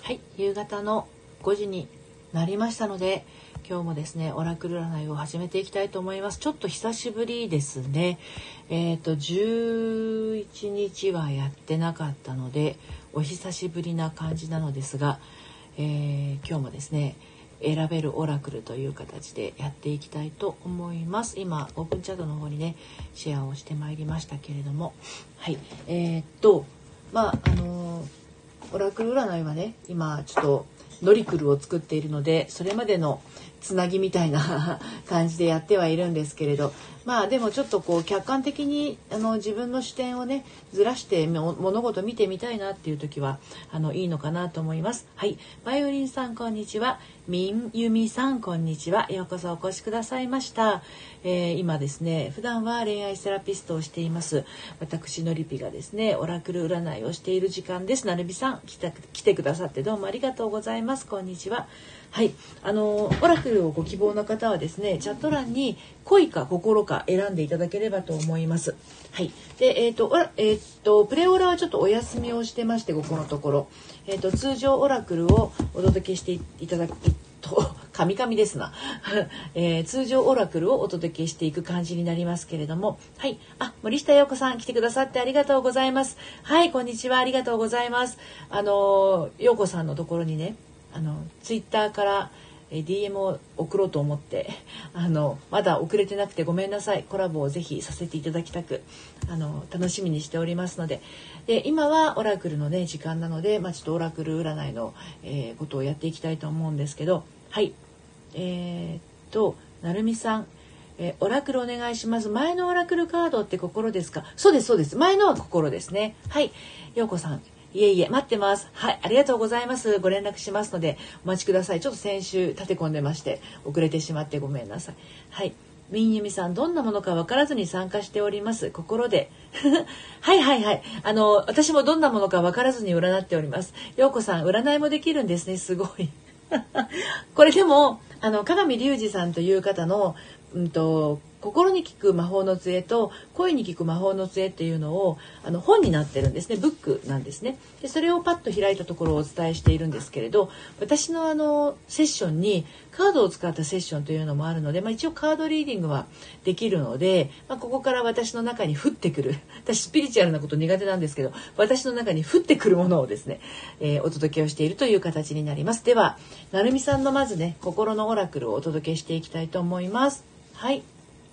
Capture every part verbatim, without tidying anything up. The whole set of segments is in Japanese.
はい、夕方のごじになりましたので、今日もですねオラクル占いを始めていきたいと思います。ちょっと久しぶりですね。えっとじゅういちにちはやってなかったのでお久しぶりな感じなのですが、えー、今日もですね選べるオラクルという形でやっていきたいと思います。今オープンチャットの方にねシェアをしてまいりましたけれども、はいえー、っとまああのー、オラクル占いはね今ちょっとノリクルを作っているのでそれまでのつなぎみたいな感じでやってはいるんですけれど、まあでもちょっとこう客観的にあの自分の視点をねずらして物事見てみたいなっていう時はあのいいのかなと思います。はい、バイオリンさんこんにちは、みんゆみさんこんにちは、ようこそお越しくださいました。えー、今ですね普段は恋愛セラピストをしています私のりぴがですねオラクル占いをしている時間です。なるみさん来た来てくださってどうもありがとうございます。こんにちは。はい、あのオラクルをご希望の方はですねチャット欄に恋か心か選んでいただければと思います。はい、でえっ、ー、とオラえっ、ー、とプレオラはちょっとお休みをしてまして、ここのところえっ、ー、と通常オラクルをお届けしていただきとカミカミですな、えー、通常オラクルをお届けしていく感じになりますけれども、はい、あ森下陽子さん来てくださってありがとうございます。はい、こんにちは、ありがとうございます。あの陽子さんのところにねあのツイッターからディーエム を送ろうと思ってあのまだ送れてなくてごめんなさい。コラボをぜひさせていただきたくあの楽しみにしておりますので、で今はオラクルのね時間なので、まあ、ちょっとオラクル占いの、えー、ことをやっていきたいと思うんですけど、はいえー、っとなるみさん、えー、オラクルお願いします。前のオラクルカードって心ですか？そうですそうです、前のは心ですね。はい、陽子さんいえいえ待ってます。はい、ありがとうございます。ご連絡しますのでお待ちください。ちょっと先週立て込んでまして遅れてしまってごめんなさい。はい、みんゆみさんどんなものか分からずに参加しております心ではいはいはい、あの私もどんなものか分からずに占っております。陽子さん占いもできるんですね、すごいこれでもあの鏡隆二さんという方のうんと心に効く魔法の杖と声に効く魔法の杖っていうのをあの本になってるんですね。ブックなんですね。でそれをパッと開いたところをお伝えしているんですけれど、私のあのセッションにカードを使ったセッションというのもあるので、まあ、一応カードリーディングはできるので、まあ、ここから私の中に降ってくる私スピリチュアルなこと苦手なんですけど私の中に降ってくるものをですね、えー、お届けをしているという形になります。ではなるみさんのまずね心のオラクルをお届けしていきたいと思います。はい、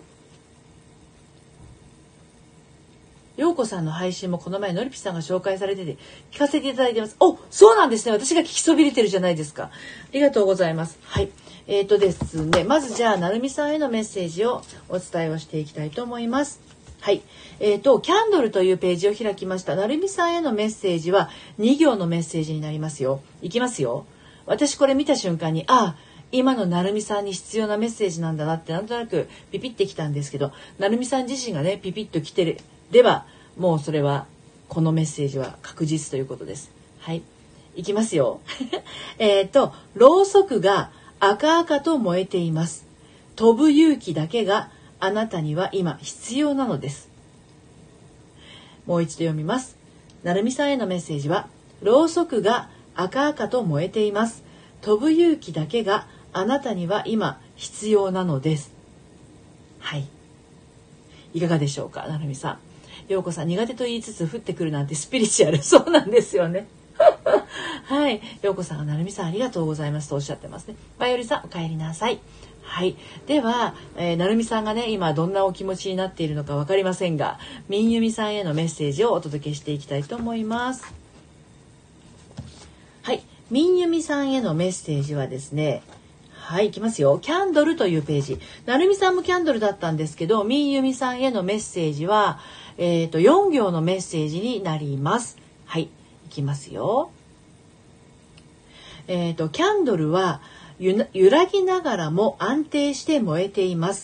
陽子さんの配信もこの前のりぴさんが紹介されてて聞かせていただいてます。お、そうなんですね。私が聞きそびれてるじゃないですか。ありがとうございます。はい。えーとですね、まずじゃあなるみさんへのメッセージをお伝えをしていきたいと思います。はい。えーとキャンドルというページを開きました。なるみさんへのメッセージはに行のメッセージになりますよ。いきますよ。私これ見た瞬間にああ今のなるみさんに必要なメッセージなんだなってなんとなくピピってきたんですけど、なるみさん自身がねピピッと来てるではもうそれはこのメッセージは確実ということです。はい、いきますよえっとろうそくが赤々と燃えています。飛ぶ勇気だけがあなたには今必要なのです。もう一度読みます。なるみさんへのメッセージはろうそくが赤々と燃えています。飛ぶ勇気だけがあなたには今必要なのです。はい、いかがでしょうか。なるみさん、陽子さん苦手と言いつつ降ってくるなんてスピリチュアルそうなんですよねはい、陽子さんがなるみさんありがとうございますとおっしゃってますね。バイオリさんお帰りなさい。はい、では、えー、なるみさんがね今どんなお気持ちになっているのか分かりませんが、みんゆみさんへのメッセージをお届けしていきたいと思います。はい、みんゆみさんへのメッセージはですね、はい、いきますよ。キャンドルというページ。なるみさんもキャンドルだったんですけど、みんゆみさんへのメッセージは、えーと、よん行のメッセージになります。はい、いきますよ。えーと、キャンドルはゆ揺らぎながらも安定して燃えています。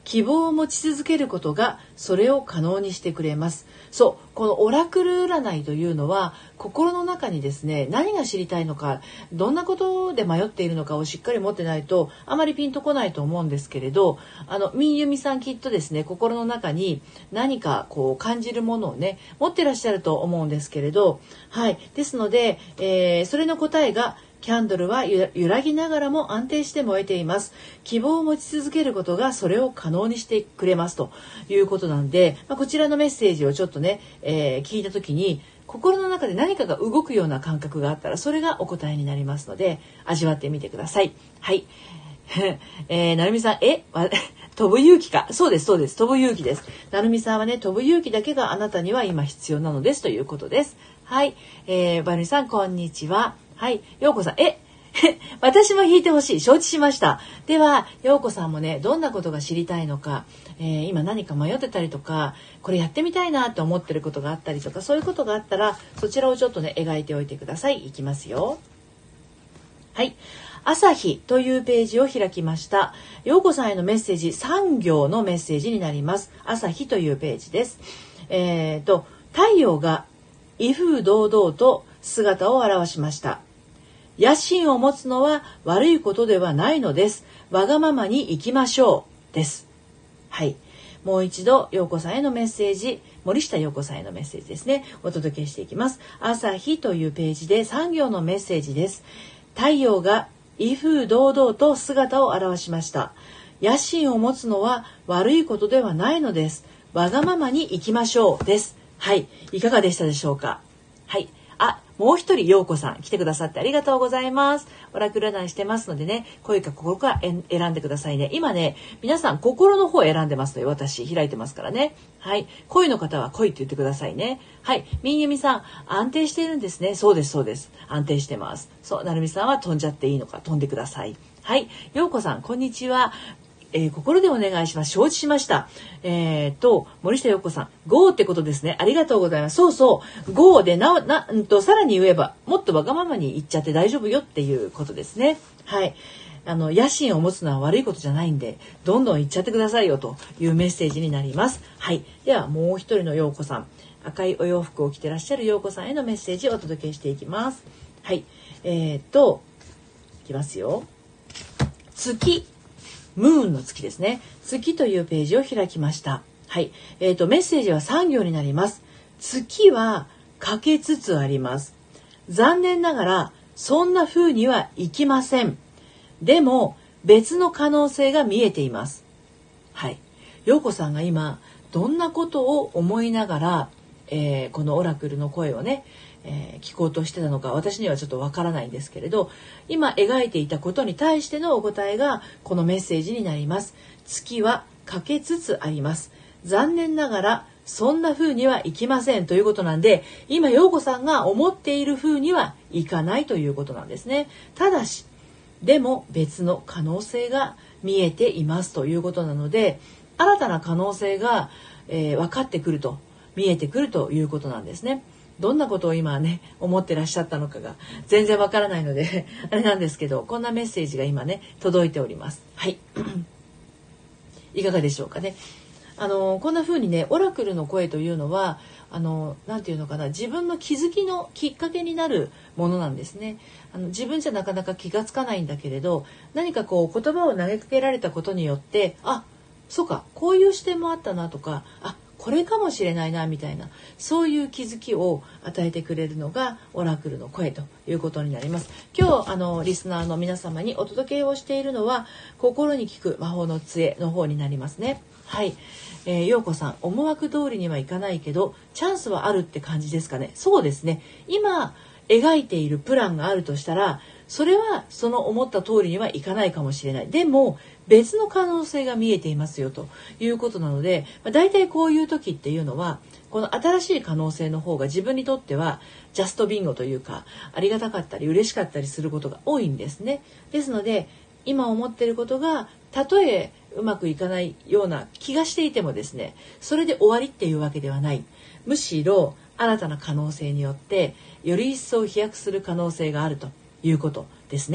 希望を持ち続けることがそれを可能にしてくれます。そう、このオラクル占いというのは心の中にですね、何が知りたいのか、どんなことで迷っているのかをしっかり持ってないとあまりピンとこないと思うんですけれど、あのみんゆみさんきっとですね、心の中に何かこう感じるものをね持ってらっしゃると思うんですけれど、はい、ですので、えー、それの答えがキャンドルは揺らぎながらも安定して燃えています。希望を持ち続けることがそれを可能にしてくれますということなんで、まあ、こちらのメッセージをちょっとね、えー、聞いた時に心の中で何かが動くような感覚があったらそれがお答えになりますので味わってみてください。はい。えー、なるみさん、え飛ぶ勇気か。そうです、そうです。飛ぶ勇気です。なるみさんはね、飛ぶ勇気だけがあなたには今必要なのですということです。はい。えー、バルニさん、こんにちは。はい。ようこさん、え私も弾いてほしい。承知しました。では、ようこさんもね、どんなことが知りたいのか、えー、今何か迷ってたりとか、これやってみたいなと思ってることがあったりとか、そういうことがあったら、そちらをちょっとね、描いておいてください。いきますよ。はい。朝日というページを開きました。ようこさんへのメッセージ、さん行のメッセージになります。朝日というページです。えーと、太陽が威風堂々と姿を現しました。野心を持つのは悪いことではないのです。わがままに生きましょう。です。はい。もう一度、陽子さんへのメッセージ、森下陽子さんへのメッセージですね。お届けしていきます。朝日というページでさん行のメッセージです。太陽が威風堂々と姿を現しました。野心を持つのは悪いことではないのです。わがままに生きましょう。です。はい。いかがでしたでしょうか。はい。あ、もう一人、ようこさん来てくださってありがとうございます。オラクル占いしてますのでね、声か心か選んでくださいね。今ね、皆さん心の方を選んでますので、私開いてますからね。はい。恋の方は恋って言ってくださいね。はい。みんゆみさん、安定しているんですね。そうです、そうです。安定してます。そう、なるみさんは飛んじゃっていいのか、飛んでください。はい。ようこさん、こんにちは。えー、心でお願いします。承知しました。えー、と、森下陽子さん、ゴーってことですね。ありがとうございます。そうそう。ゴーでなお、な、んと、さらに言えば、もっとわがままに言っちゃって大丈夫よっていうことですね。はい。あの、野心を持つのは悪いことじゃないんで、どんどん言っちゃってくださいよというメッセージになります。はい。では、もう一人の陽子さん、赤いお洋服を着てらっしゃる陽子さんへのメッセージをお届けしていきます。はい。えー、と、いきますよ。月。ムーンの月ですね。月というページを開きました。はい。えーと、メッセージはさん行になります。月は欠けつつあります。残念ながら、そんな風にはいきません。でも、別の可能性が見えています。はい。陽子さんが今、どんなことを思いながら、えー、このオラクルの声をね、えー、聞こうとしてたのか私にはちょっとわからないんですけれど、今描いていたことに対してのお答えがこのメッセージになります。月は欠けつつあります。残念ながらそんな風にはいきませんということなんで、今陽子さんが思っている風にはいかないということなんですね。ただしでも別の可能性が見えていますということなので、新たな可能性が、えー、分かってくると見えてくるということなんですね。どんなことを今ね思ってらっしゃったのかが全然わからないのであれなんですけど、こんなメッセージが今ね届いております。はいいかがでしょうかね。あのこんな風にねオラクルの声というのはあのなんていうのかな、自分の気づきのきっかけになるものなんですね。あの自分じゃなかなか気がつかないんだけれど、何かこう言葉を投げかけられたことによって、あ、そうか、こういう視点もあったなとか、あ、これかもしれないなみたいな、そういう気づきを与えてくれるのがオラクルの声ということになります。今日あのリスナーの皆様にお届けをしているのは心に聞く魔法の杖の方になりますね。はい、えー、陽子さん、思惑通りにはいかないけどチャンスはあるって感じですかね。そうですね。今描いているプランがあるとしたら、それはその思った通りにはいかないかもしれない。でも別の可能性が見えていますよということなので、まあ、大体こういう時っていうのはこの新しい可能性の方が自分にとってはジャストビンゴというか、ありがたかったり嬉しかったりすることが多いんですね。ですので今思っていることがたとえうまくいかないような気がしていてもですね、それで終わりっていうわけではない。むしろ新たな可能性によってより一層飛躍する可能性があるということですね。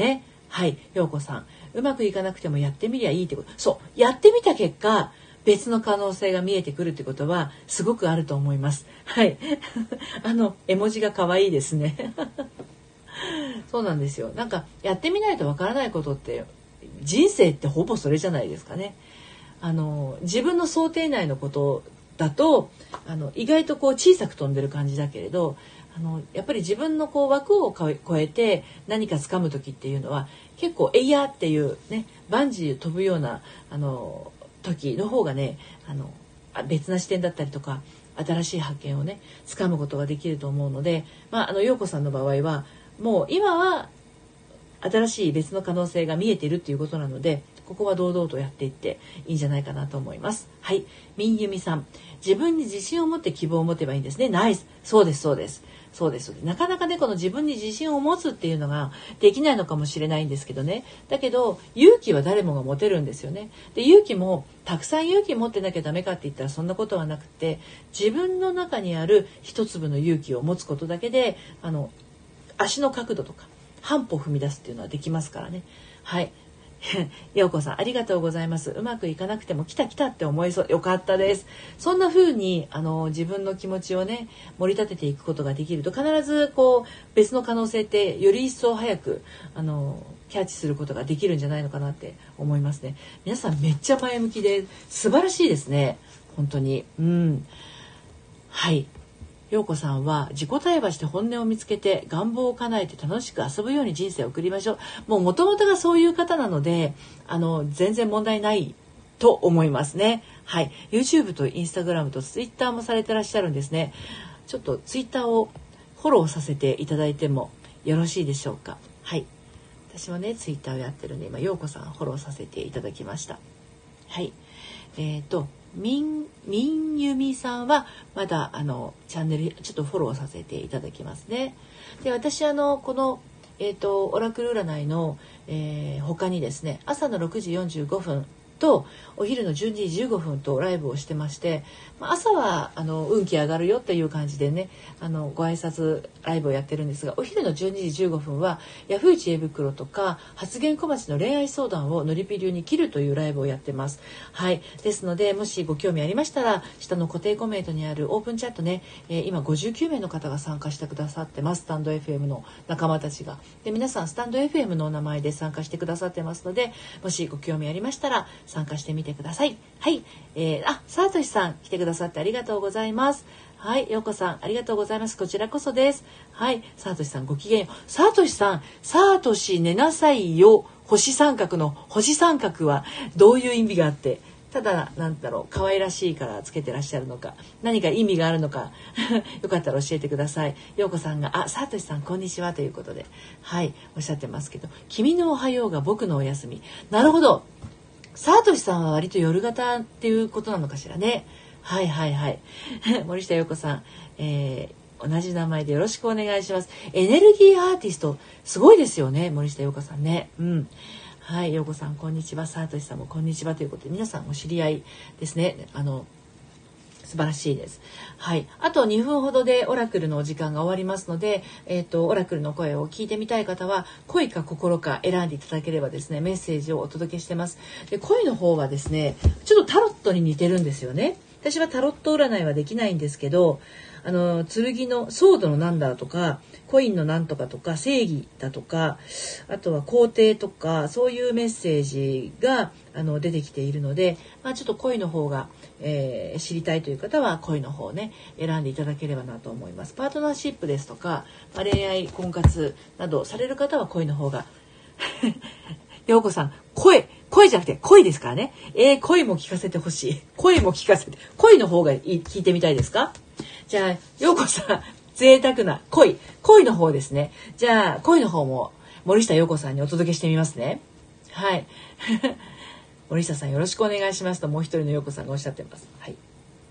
はい、陽子さん、うまくいかなくてもやってみりゃいいってこと。そう、やってみた結果別の可能性が見えてくるってことはすごくあると思います。はいあの絵文字が可愛いですねそうなんですよ。なんかやってみないとわからないことって、人生ってほぼそれじゃないですかね。あの自分の想定内のことだとあの意外とこう小さく飛んでる感じだけれど、あのやっぱり自分のこう枠を超えて何か掴む時っていうのは結構エイヤーっていうね、バンジー飛ぶようなあの時の方がね、あの別な視点だったりとか新しい発見をね掴むことができると思うので、まああの陽子さんの場合はもう今は新しい別の可能性が見えているっていうことなので、ここは堂々とやっていっていいんじゃないかなと思います。はい、みんゆみさん、自分に自信を持って希望を持てばいいんですね。ナイス。そうですそうですそうです。なかなかねこの自分に自信を持つっていうのができないのかもしれないんですけどね。だけど勇気は誰もが持てるんですよね。で勇気もたくさん勇気持ってなきゃダメかって言ったらそんなことはなくて、自分の中にある一粒の勇気を持つことだけであの足の角度とか半歩踏み出すっていうのはできますからね。はい陽子さんありがとうございます。うまくいかなくても来た来たって思えそう。よかったです。そんな風にあの自分の気持ちをね盛り立てていくことができると、必ずこう別の可能性ってより一層早くあのキャッチすることができるんじゃないのかなって思いますね。皆さんめっちゃ前向きで素晴らしいですね。本当に。うん。はい。陽子さんは自己対話して本音を見つけて願望を叶えて楽しく遊ぶように人生を送りましょう。もう元々がそういう方なのであの全然問題ないと思いますね。はい、YouTube と Instagram と Twitter もされてらっしゃるんですね。ちょっと Twitter をフォローさせていただいてもよろしいでしょうか。はい、私もね Twitter をやってるんで今陽子さんフォローさせていただきました。はい、えーとみん、みんゆみさんはまだあのチャンネルちょっとフォローさせていただきますね。で私あのこの、えーと、オラクル占いの、えー、他にですね朝のろくじよんじゅうごふんとお昼のじゅうにじじゅうごふんとライブをしてまして、朝はあの運気上がるよっていう感じでねあのご挨拶ライブをやってるんですが、お昼のじゅうにじじゅうごふんはヤフー知恵袋とか発言小町の恋愛相談をのりぴ流に切るというライブをやってます。はい、ですのでもしご興味ありましたら下の固定コメントにあるオープンチャットね、えー、今ごじゅうきゅうめいの方が参加してくださってます。スタンド エフエム の仲間たちがで皆さんスタンド エフエム のお名前で参加してくださってますので、もしご興味ありましたら参加してみてください。はい、えー、あ、さとしさん来てくださってありがとうございます。はい、ようこさんありがとうございます。こちらこそです。はい、さとしさんごきげんよう。さとしさん、さとし寝なさいよ。星三角の星三角はどういう意味があって、ただなんだろう可愛らしいからつけてらっしゃるのか、何か意味があるのかよかったら教えてください。ようこさんがあ、さとしさんこんにちはということで、はいおっしゃってますけど、君のおはようが僕のお休み。なるほど。さとしさんは割と夜型っていうことなのかしらね。はいはいはい森下陽子さん、えー、同じ名前でよろしくお願いします。エネルギーアーティストすごいですよね、森下陽子さんね。うんはい、陽子さんこんにちは。さとしさんもこんにちはということで皆さんお知り合いですね。あの素晴らしいです。はい、あとにふんほどでオラクルのお時間が終わりますので、えーと、オラクルの声を聞いてみたい方は恋か心か選んでいただければですねメッセージをお届けしてます。で恋の方はですねちょっとタロットに似てるんですよね。私はタロット占いはできないんですけど、あの剣のソードのなんだとかコインのなんとかとか正義だとかあとは肯定とかそういうメッセージがあの出てきているので、まあ、ちょっと恋の方が、えー、知りたいという方は恋の方をね選んでいただければなと思います。パートナーシップですとか、まあ、恋愛婚活などされる方は恋の方が陽子さん声声じゃなくて恋ですからね。えー、恋も聞かせてほしい。声も聞かせて恋の方がいい聞いてみたいですか。じゃあ陽子さん贅沢な恋恋の方ですね。じゃあ恋の方も森下陽子さんにお届けしてみますね。はい森下さんよろしくお願いしますともう一人の陽子さんがおっしゃってます。はい、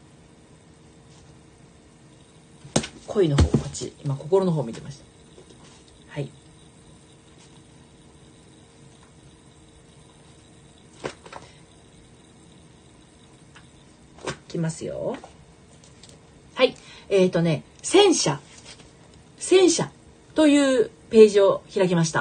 恋の方こっち今心の方を見てました。はい、いきますよ。はい、えーとね戦車戦車というページを開きました。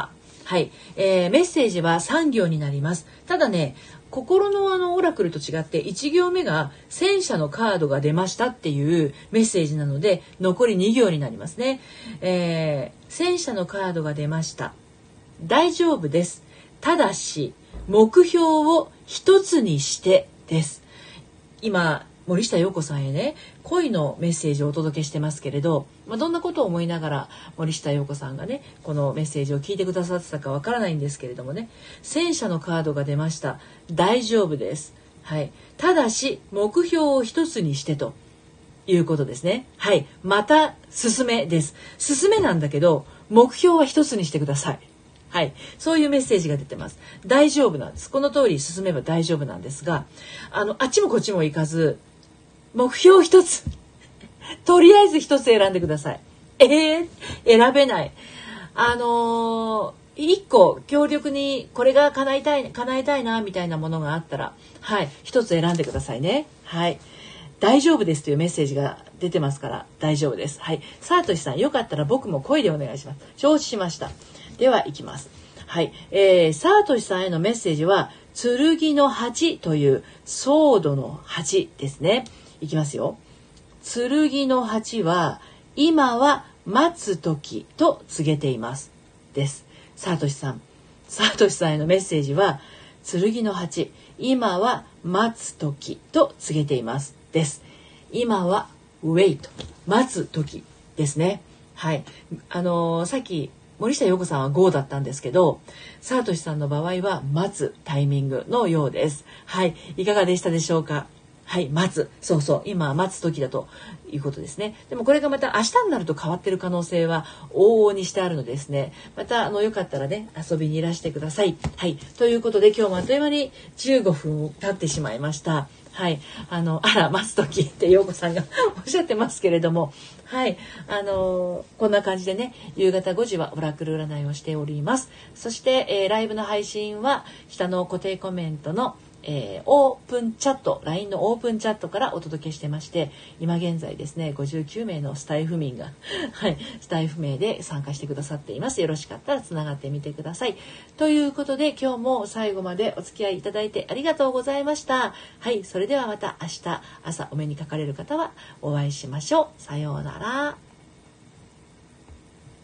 はい、えー、メッセージはさん行になります。ただね、心のあのオラクルと違っていち行目が戦車のカードが出ましたっていうメッセージなので、残りに行になりますね。えー、戦車のカードが出ました。大丈夫です。ただし目標を一つにしてです。今森下陽子さんへね、恋のメッセージをお届けしてますけれど、まあ、どんなことを思いながら森下陽子さんがねこのメッセージを聞いてくださってたかわからないんですけれどもね、戦車のカードが出ました。大丈夫です、はい、ただし目標を一つにしてということですね。はい、また進めです。進めなんだけど目標は一つにしてください。はい、そういうメッセージが出てます。大丈夫なんです。この通り進めば大丈夫なんですが、あのあっちもこっちも行かず目標一つとりあえず一つ選んでください。えー、選べない。あのー、一個強力にこれが叶えたい叶えたいなみたいなものがあったら、はい一つ選んでくださいね。はい、大丈夫ですというメッセージが出てますから大丈夫です。はい、サートシさんよかったら僕も声でお願いします。承知しました。では行きます。はい、えー、サートシさんへのメッセージは剣の八というソードの八ですね。いきますよ。剣の八は今は待つ時と告げていますです。サートシさん、サートシさんへのメッセージは剣の八、今は待つ時と告げていますです。今は wait 待つ時ですね。はい、あのー、さっき森下陽子さんは ゴー だったんですけど、サートシさんの場合は待つタイミングのようです。はい、いかがでしたでしょうか。はい、待つ。そうそう。今待つ時だということですね。でもこれがまた明日になると変わってる可能性は往々にしてあるのですね。またあのよかったらね遊びにいらしてください。はい。ということで今日もあっという間にじゅうごふん経ってしまいました。はい。あのあら待つ時って陽子さんがおっしゃってますけれども、はい。あのこんな感じでね夕方ごじはオラクル占いをしております。そして、えー、ライブの配信は下の固定コメントのえー、オープンチャット ライン のオープンチャットからお届けしてまして、今現在ですねごじゅうきゅうめいのスタイフ民が、はい、スタイフ名で参加してくださっています。よろしかったらつながってみてください。ということで今日も最後までお付き合いいただいてありがとうございました。はい、それではまた明日朝お目にかかれる方はお会いしましょう。さようなら。